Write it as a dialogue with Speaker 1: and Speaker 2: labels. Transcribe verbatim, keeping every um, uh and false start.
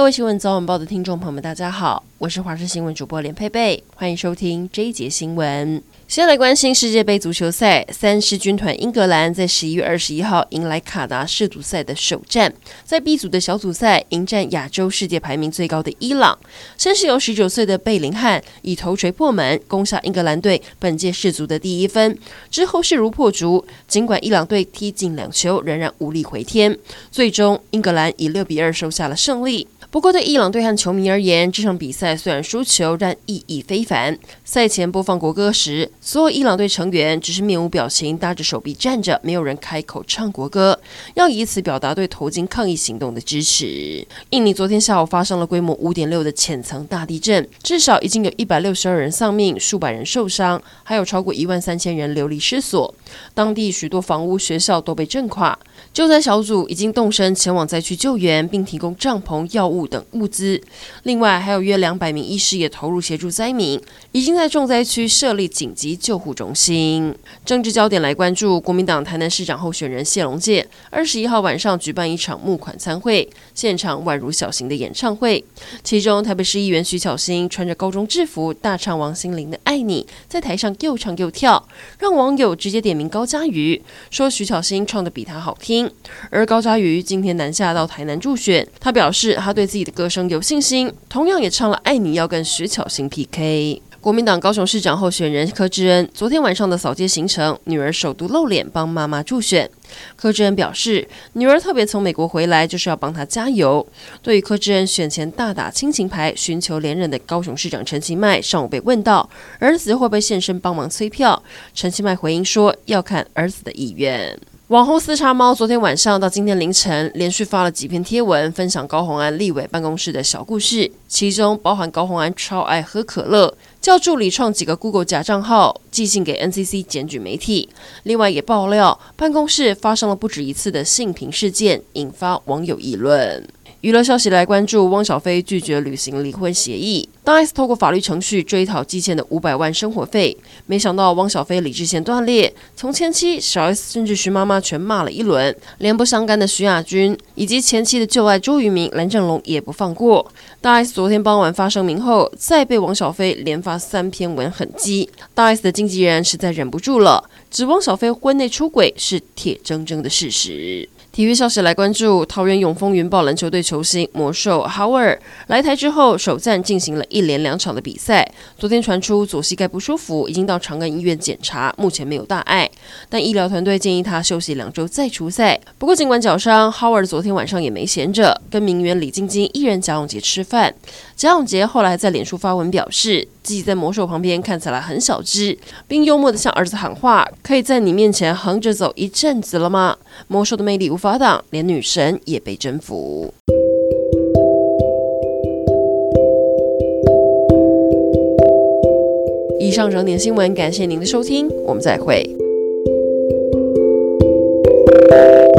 Speaker 1: 各位新闻早晚报的听众朋友们，大家好，我是华视新闻主播连佩佩，欢迎收听这一节新闻。先来关心世界杯足球赛，三狮军团英格兰在十一月二十一号迎来卡达世足赛的首战，在 B 组的小组赛迎战亚洲世界排名最高的伊朗，先是由十九岁的贝林汉以头锤破门，攻下英格兰队本届世足的第一分，之后势如破竹，尽管伊朗队踢进两球，仍然无力回天，最终英格兰以六比二收下了胜利。不过对伊朗队和球迷而言，这场比赛虽然输球，但意义非凡。赛前播放国歌时，所有伊朗队成员只是面无表情，搭着手臂站着，没有人开口唱国歌，要以此表达对投进抗议行动的支持。印尼昨天下午发生了规模 五点六 的浅层大地震，至少已经有一百六十二人丧命，数百人受伤，还有超过一万三千人流离失所。当地许多房屋、学校都被震垮。救灾小组已经动身前往灾区救援，并提供帐篷、药物等物资。另外，还有约两百名医师也投入协助灾民，已经在重灾区设立紧急救护中心。政治焦点来关注，国民党台南市长候选人谢龙介二十一号晚上举办一场募款餐会，现场宛如小型的演唱会。其中，台北市议员徐巧芯穿着高中制服，大唱王心凌的《爱你》，在台上又唱又跳，让网友直接点名高嘉瑜，说徐巧芯唱的比他好听。而高嘉瑜今天南下到台南助选，他表示他对自己的歌声有信心，同样也唱了《爱你》要跟徐巧芯 P K。国民党高雄市长候选人柯志恩昨天晚上的扫街行程，女儿首度露脸帮妈妈助选。柯志恩表示，女儿特别从美国回来，就是要帮她加油。对于柯志恩选前大打亲情牌，寻求连任的高雄市长陈其迈上午被问到儿子会不会现身帮忙催票，陈其迈回应说要看儿子的意愿。网红四叉猫昨天晚上到今天凌晨连续发了几篇贴文，分享高虹安立委办公室的小故事，其中包含高虹安超爱喝可乐，叫助理创几个 Google 假账号，寄信给 N C C 检举媒体。另外也爆料办公室发生了不止一次的性平事件，引发网友议论。娱乐消息来关注，汪小菲拒绝履行离婚协议，大 S 透过法律程序追讨积欠的五百万生活费，没想到汪小菲理智线断裂，从前妻小 S 甚至徐妈妈全骂了一轮，连不相干的徐亚军以及前妻的旧爱周渝民、蓝正龙也不放过。大 S 昨天傍晚发声明后，再被汪小菲连发三篇文狠击，大 S 的经纪人实在忍不住了，指汪小菲婚内出轨是铁铮铮的事实。体育消息来关注，桃园永丰云豹篮球队球星魔兽哈维尔来台之后，首战进行了一连两场的比赛。昨天传出左膝盖不舒服，已经到长庚医院检查，目前没有大碍，但医疗团队建议他休息两周再出赛。不过尽管脚伤，哈维尔昨天晚上也没闲着，跟名媛李晶晶艺人贾永婕吃饭。贾永婕后来在脸书发文表示，自己在魔兽旁边看起来很小只，并幽默地向儿子喊话：“可以在你面前横着走一阵子了吗？”魔兽的魅力无法挡，连女神也被征服。以上整点新闻，感谢您的收听，我们再会。